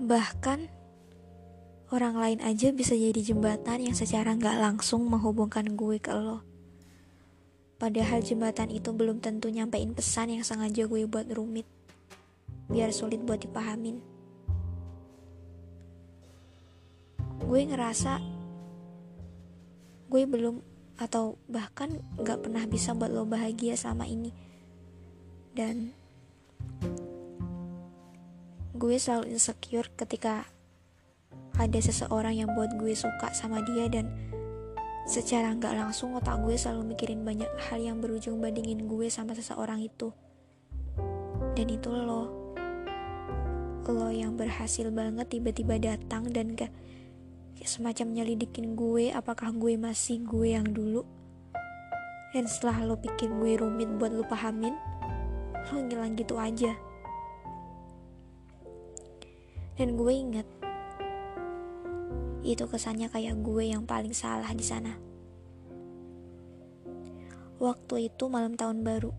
Bahkan orang lain aja bisa jadi jembatan yang secara gak langsung menghubungkan gue ke lo. Padahal jembatan itu belum tentu nyampein pesan yang sengaja gue buat rumit, biar sulit buat dipahamin. Gue ngerasa gue belum atau bahkan gak pernah bisa buat lo bahagia selama ini. Dan gue selalu insecure ketika ada seseorang yang buat gue suka sama dia, dan secara gak langsung otak gue selalu mikirin banyak hal yang berujung bandingin gue sama seseorang itu. Dan itu lo yang berhasil banget tiba-tiba datang dan kayak semacam nyelidikin gue apakah gue masih gue yang dulu. Dan setelah lo pikir gue rumit buat lo pahamin, lo ngilang gitu aja. Dan gue inget itu kesannya kayak gue yang paling salah di sana. Waktu itu malam tahun baru,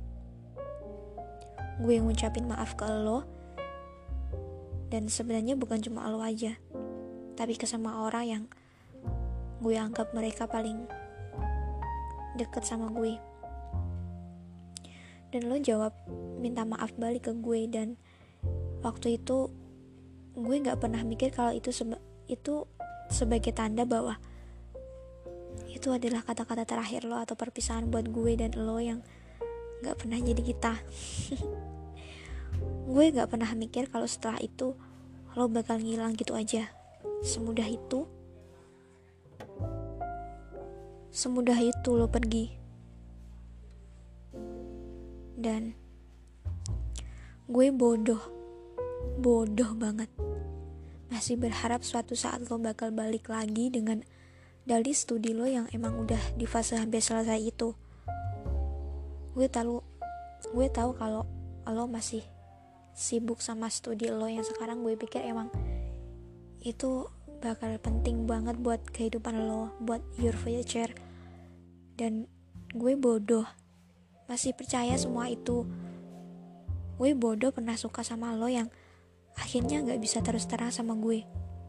gue ngucapin maaf ke lo, dan sebenarnya bukan cuma lo aja, tapi ke semua orang yang gue anggap mereka paling deket sama gue. Dan lo jawab minta maaf balik ke gue, dan waktu itu gue gak pernah mikir kalau itu sebagai tanda bahwa itu adalah kata-kata terakhir lo atau perpisahan buat gue dan lo yang gak pernah jadi kita. Gue gak pernah mikir kalau setelah itu lo bakal ngilang gitu aja. Semudah itu lo pergi. Dan gue bodoh banget masih berharap suatu saat lo bakal balik lagi dengan dalih studi lo yang emang udah di fase hampir selesai itu. Gue tahu kalau lo masih sibuk sama studi lo yang sekarang gue pikir emang itu bakal penting banget buat kehidupan lo, buat your future. Dan gue bodoh masih percaya semua itu. Gue bodoh pernah suka sama lo yang akhirnya gak bisa terus terang sama gue.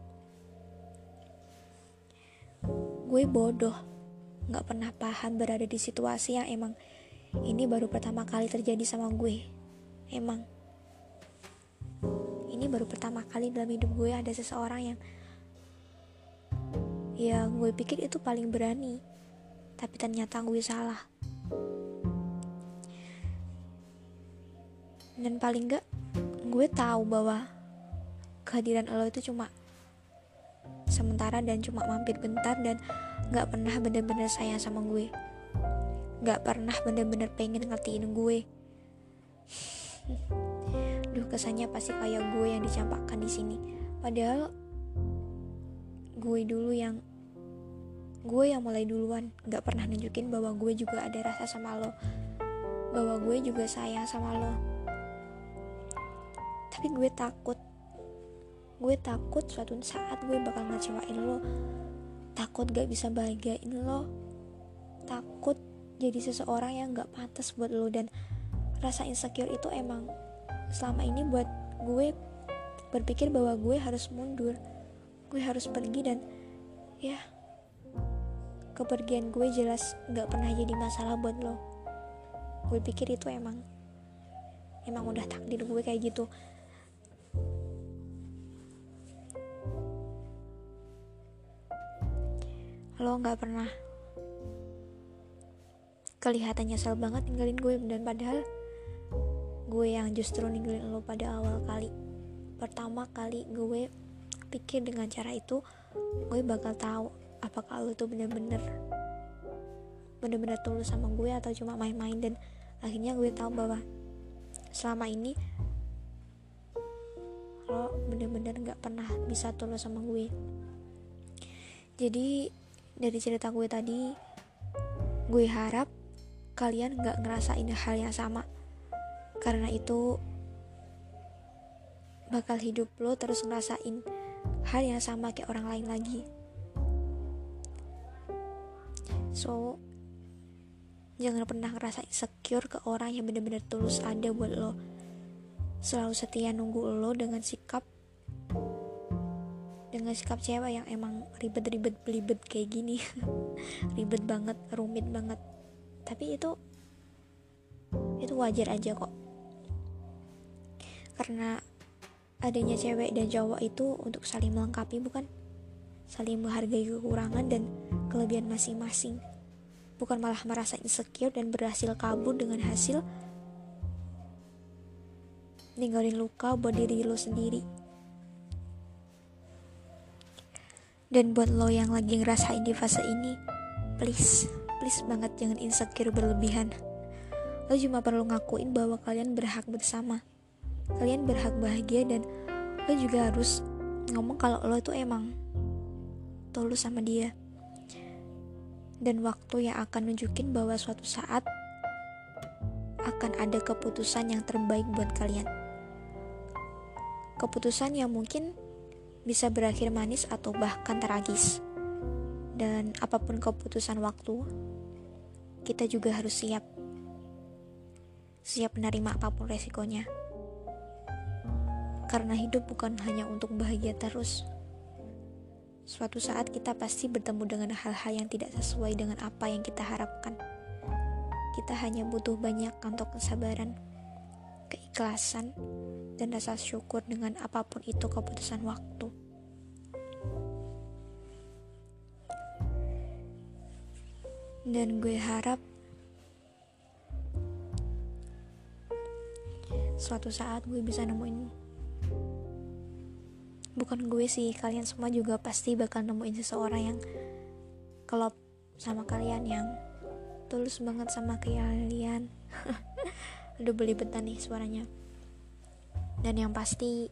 Gue bodoh gak pernah paham berada di situasi yang emang ini baru pertama kali terjadi sama gue. Emang ini baru pertama kali dalam hidup gue ada seseorang yang gue pikir itu paling berani, tapi ternyata gue salah. Dan paling gak gue tahu bahwa kehadiran lo itu cuma sementara dan cuma mampir bentar, dan gak pernah bener-bener sayang sama gue, gak pernah bener-bener pengen ngertiin gue. Duh, kesannya pasti kayak gue yang dicampakkan di sini. Padahal gue yang mulai duluan, gak pernah nunjukin bahwa gue juga ada rasa sama lo, bahwa gue juga sayang sama lo. Tapi gue takut suatu saat gue bakal ngecewain lo, takut gak bisa bahagiain lo, takut jadi seseorang yang gak pantas buat lo. Dan rasa insecure itu emang selama ini buat gue berpikir bahwa gue harus mundur, gue harus pergi. Dan ya, kepergian gue jelas gak pernah jadi masalah buat lo. Gue pikir itu emang udah takdir gue kayak gitu. Lo gak pernah kelihatan nyesel banget ninggalin gue, dan padahal gue yang justru ninggalin lo pada awal kali. Pertama kali gue pikir dengan cara itu, gue bakal tahu apakah lo tuh bener-bener tulus sama gue atau cuma main-main. Dan akhirnya gue tahu bahwa selama ini lo bener-bener gak pernah bisa tulus sama gue. Jadi dari cerita gue tadi, gue harap kalian gak ngerasain hal yang sama, karena itu bakal hidup lo terus ngerasain hal yang sama kayak orang lain lagi. So, jangan pernah ngerasa insecure ke orang yang benar-benar tulus ada buat lo, selalu setia nunggu lo dengan sikap dengan sikap cewek yang emang ribet-ribet belibet kayak gini. Ribet banget, rumit banget. Tapi itu wajar aja kok, karena adanya cewek dan cowok itu untuk saling melengkapi, bukan saling menghargai kekurangan dan kelebihan masing-masing, bukan malah merasa insecure dan berhasil kabur dengan hasil ninggalin luka buat diri lo sendiri. Dan buat lo yang lagi ngerasain di fase ini, please banget jangan insecure berlebihan. Lo cuma perlu ngakuin bahwa kalian berhak bersama, kalian berhak bahagia, dan lo juga harus ngomong kalau lo itu emang tulus sama dia. Dan waktu yang akan nunjukin bahwa suatu saat akan ada keputusan yang terbaik buat kalian. Keputusan yang mungkin bisa berakhir manis atau bahkan tragis. Dan apapun keputusan waktu, kita juga harus siap menerima apapun resikonya. Karena hidup bukan hanya untuk bahagia terus. Suatu saat kita pasti bertemu dengan hal-hal yang tidak sesuai dengan apa yang kita harapkan. Kita hanya butuh banyak kantong kesabaran, keikhlasan, dan rasa syukur dengan apapun itu keputusan waktu. Dan gue harap suatu saat gue bisa nemuin, bukan gue sih, kalian semua juga pasti bakal nemuin seseorang yang klop sama kalian, yang tulus banget sama kalian. Aduh, belibetan nih suaranya. Dan yang pasti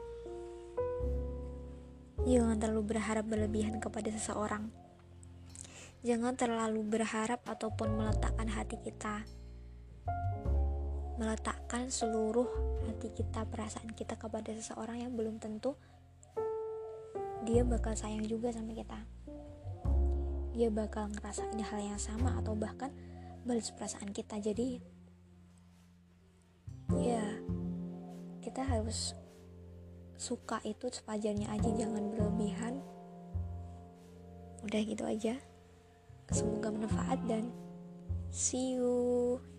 jangan terlalu berharap berlebihan kepada seseorang. Jangan terlalu berharap ataupun meletakkan hati kita, meletakkan seluruh hati kita, perasaan kita kepada seseorang yang belum tentu dia bakal sayang juga sama kita. Dia bakal ngerasain hal yang sama atau bahkan balas perasaan kita. Jadi ya, kita harus suka itu sewajarnya aja, jangan berlebihan. Udah gitu aja. Semoga bermanfaat dan see you.